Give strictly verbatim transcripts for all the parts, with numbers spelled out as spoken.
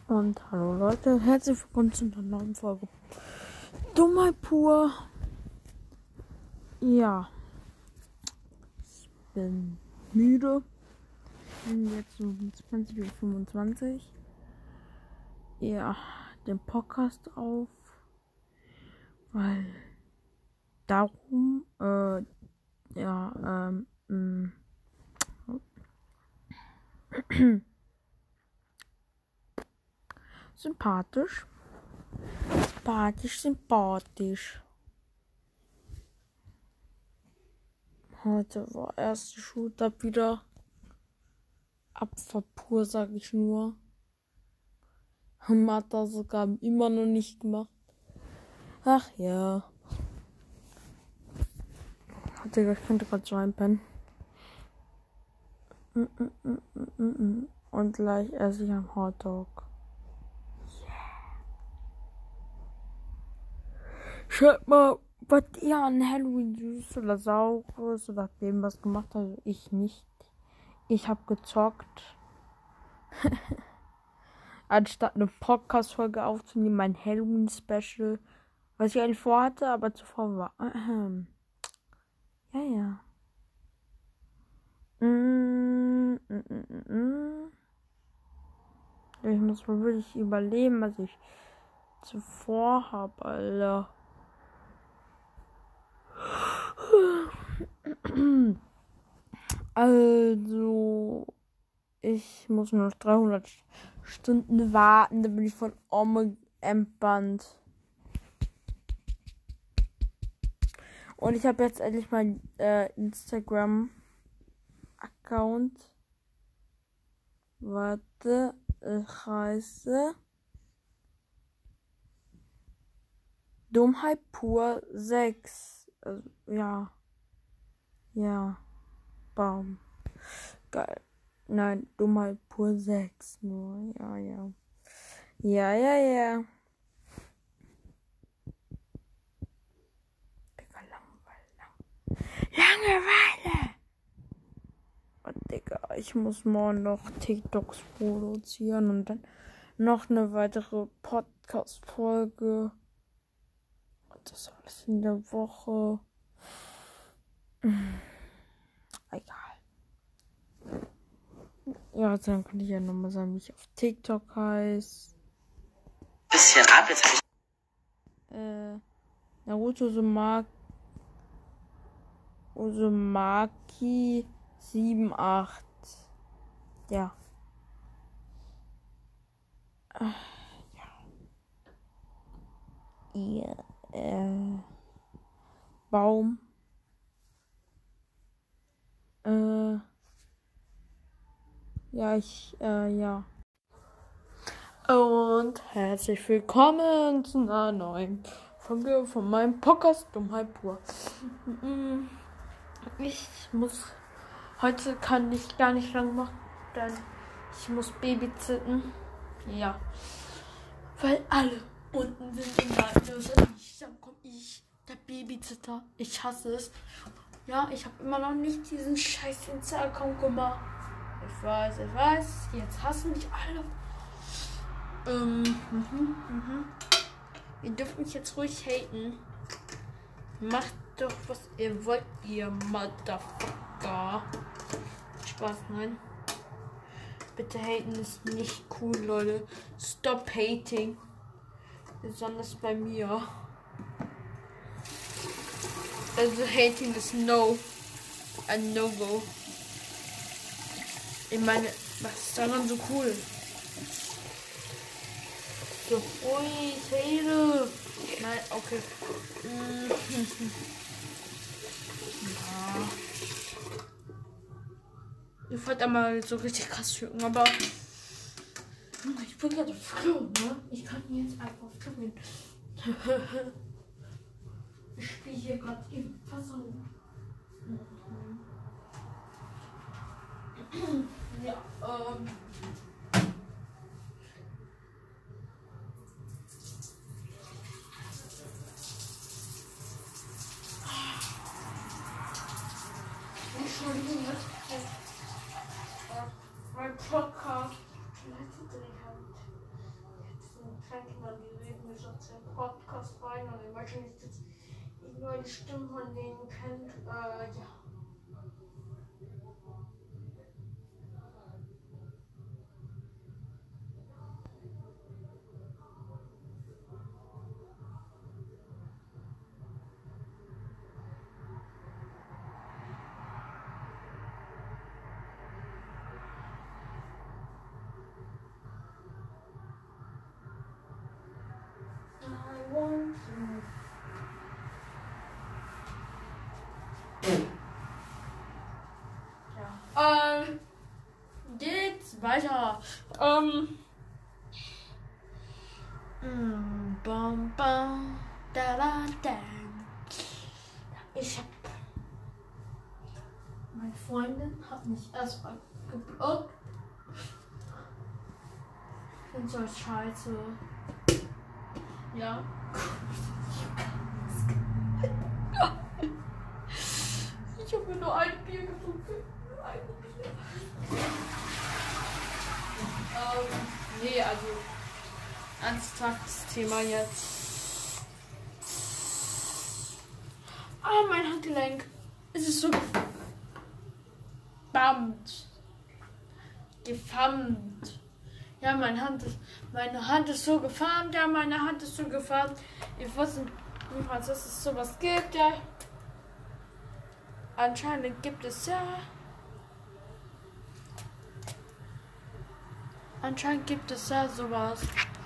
Und hallo Leute, herzlich willkommen zu einer neuen Folge Dummheit pur. Ja, ich bin müde. Bin jetzt um zwanzig Uhr fünfundzwanzig. Ja, den Podcast auf, weil darum, äh, ja, ähm, mh, sympathisch, sympathisch, sympathisch. Heute war erste Schultag wieder. Abfahrt pur, sag ich nur. Mathe sogar immer noch nicht gemacht. Ach ja. Digga, ich könnte gerade so einpennen. Und gleich esse ich einen Hotdog. Yeah. Schaut mal, was ihr an Halloween süß oder saures oder dem was gemacht habt. Ich nicht. Ich hab gezockt. Anstatt eine Podcast-Folge aufzunehmen, mein Halloween-Special. Was ich eigentlich vorhatte, aber zuvor war. Ja, ja. Mm, mm, mm, mm. Ich muss mal wirklich überleben, was ich zuvor habe, Alter. Also, ich muss nur noch dreihundert Stunden warten, dann bin ich von Ome entbannt. Und ich habe jetzt endlich mein äh, Instagram-Account. Warte, ich heiße Dummheit pur sechs. Also, ja. Ja. Baum. Geil. Nein, Dummheit pur sechs. Nur, ja, ja. Ja, ja, ja. Digga, Langeweile. Langeweile! Oh, Digga, ich muss morgen noch TikToks produzieren und dann noch eine weitere Podcast-Folge. Und das alles in der Woche. Egal. Ja, dann kann ich ja nochmal sagen, wie ich auf TikTok heiße. Bisschen ab, jetzt hab ich. Äh, Naruto Uzumaki, Uzumaki sieben acht. Ja. Äh, ja. Ja. Äh, Baum. Äh. Ja, ich, äh, ja. Und herzlich willkommen zu einer neuen Folge von meinem Podcast Dummheit pur. Ich muss, heute kann ich gar nicht lang machen, denn ich muss babysitten. Ja. Weil alle unten sind in der Löse. Dann komme ich, der Babysitter. Ich hasse es. Ja, ich habe immer noch nicht diesen scheiß Insta-Account gemacht. Ich weiß, ich weiß. Jetzt hassen mich alle. Ähm, mhm, mhm. Ihr dürft mich jetzt ruhig haten. Macht doch, was ihr wollt, ihr Motherfucker. Spaß, nein. Bitte haten ist nicht cool, Leute. Stop hating. Besonders bei mir. Also hating ist no. Ein No-Go. Ich meine, was ist daran so cool? So, ui, ich hate. Nein, okay. Ja. Ich wollte einmal so richtig krass schücken, aber ich bin gerade froh, ne? Ich kann jetzt einfach schücken. Ich spiele hier gerade im Wasser. Ja, ähm. Entschuldigung, mein Podcast. den Podcast rein und ihr wahrscheinlich jetzt nur die Stimmen von denen kennt. Äh, ja. I want you. Ja. Ähm, geht's weiter. Ähm. Mm, bam, bam, da, da, da. Ich hab. Meine Freundin hat mich erstmal geblockt. Ich bin so scheiße. Ja. Ich habe mir nur ein Bier getrunken. Ein Bier. Ähm, nee, also ernsthaftes Thema jetzt. Ah, mein Handgelenk. Es ist so gebammt. Gefammt. Ja, meine Hand ist, meine Hand ist so gefarmt. Ja, meine Hand ist so gefarmt. Ich wusste nicht, dass es sowas gibt. Ja, anscheinend gibt es ja. Anscheinend gibt es ja sowas.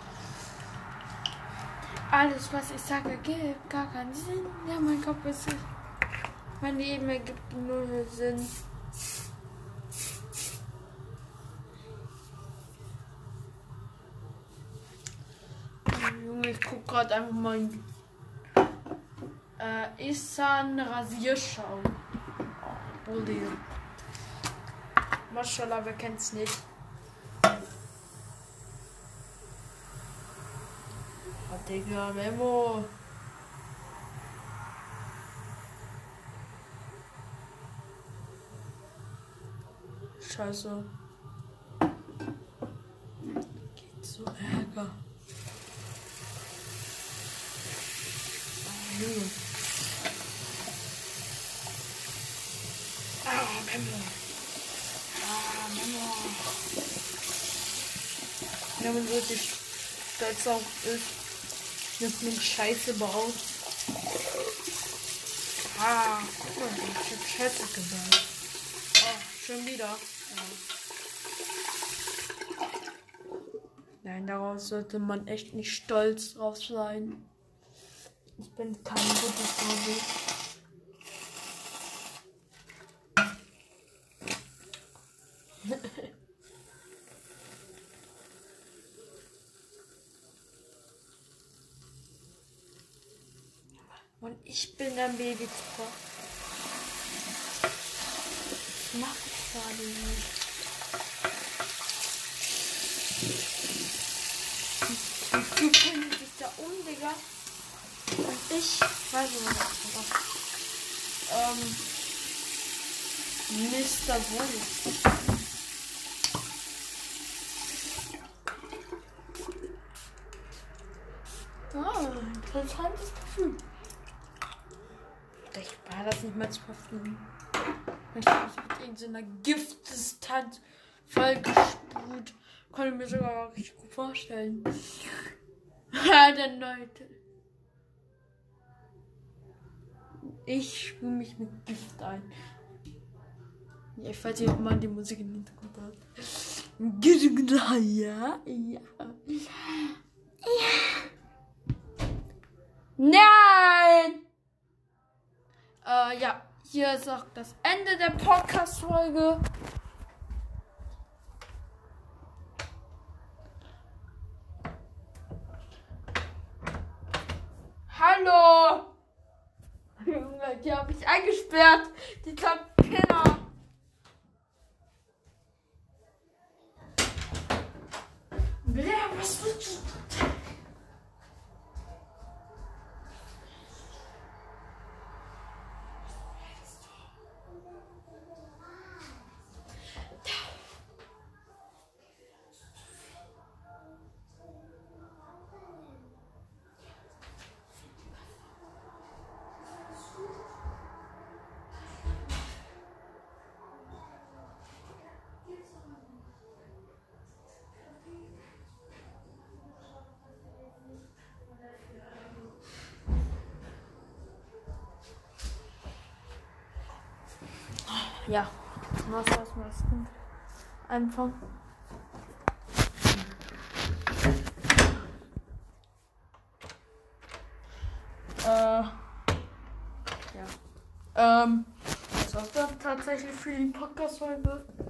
Alles, was ich sage, gibt gar keinen Sinn. Ja, mein Kopf ist. Mein Leben ergibt null Sinn. Junge, ich guck gerade einfach mal äh, Isan Rasierschau. Oh, Bulli. Maschallah, wer kennt's nicht? Oh, Digga, Memo. Scheiße. Geht so Ärger. Junge. Ah, Memo. Ah, Memo. Wenn man wirklich stolz auf ist, dass man Scheiße baut. Ah, guck mal, ich hab Scheiße gebaut. Oh, schon wieder. Ja. Nein, daraus sollte man echt nicht stolz drauf sein. Ich bin kein gutes Vorbild. Und ich bin ein Babyzipper. Das mach ich gerade nicht. Du kennst dich da um, Digga. Und ich weiß nicht, was das ist. Ähm. Mister Wolf. Ah, interessantes Parfüm. Ich war das nicht mal zu Parfüm. Ich habe mich mit irgendeiner Giftdistanz voll gesprüht. Konnte mir sogar richtig gut vorstellen. Ja, der Leute. Ich sprühe mich mit Gift ein. Ja, falls ihr mal die Musik im Hintergrund hört. Ja, ja. Ja. Nein! Äh, ja, hier ist auch das Ende der Podcast-Folge. Hallo! Junge, die habe ich eingesperrt. Die kleinen Penner. Wer, was willst du? Ja, was das meisten einfach. Äh, ja. Ähm, das war's dann tatsächlich für die Podcast-Folge.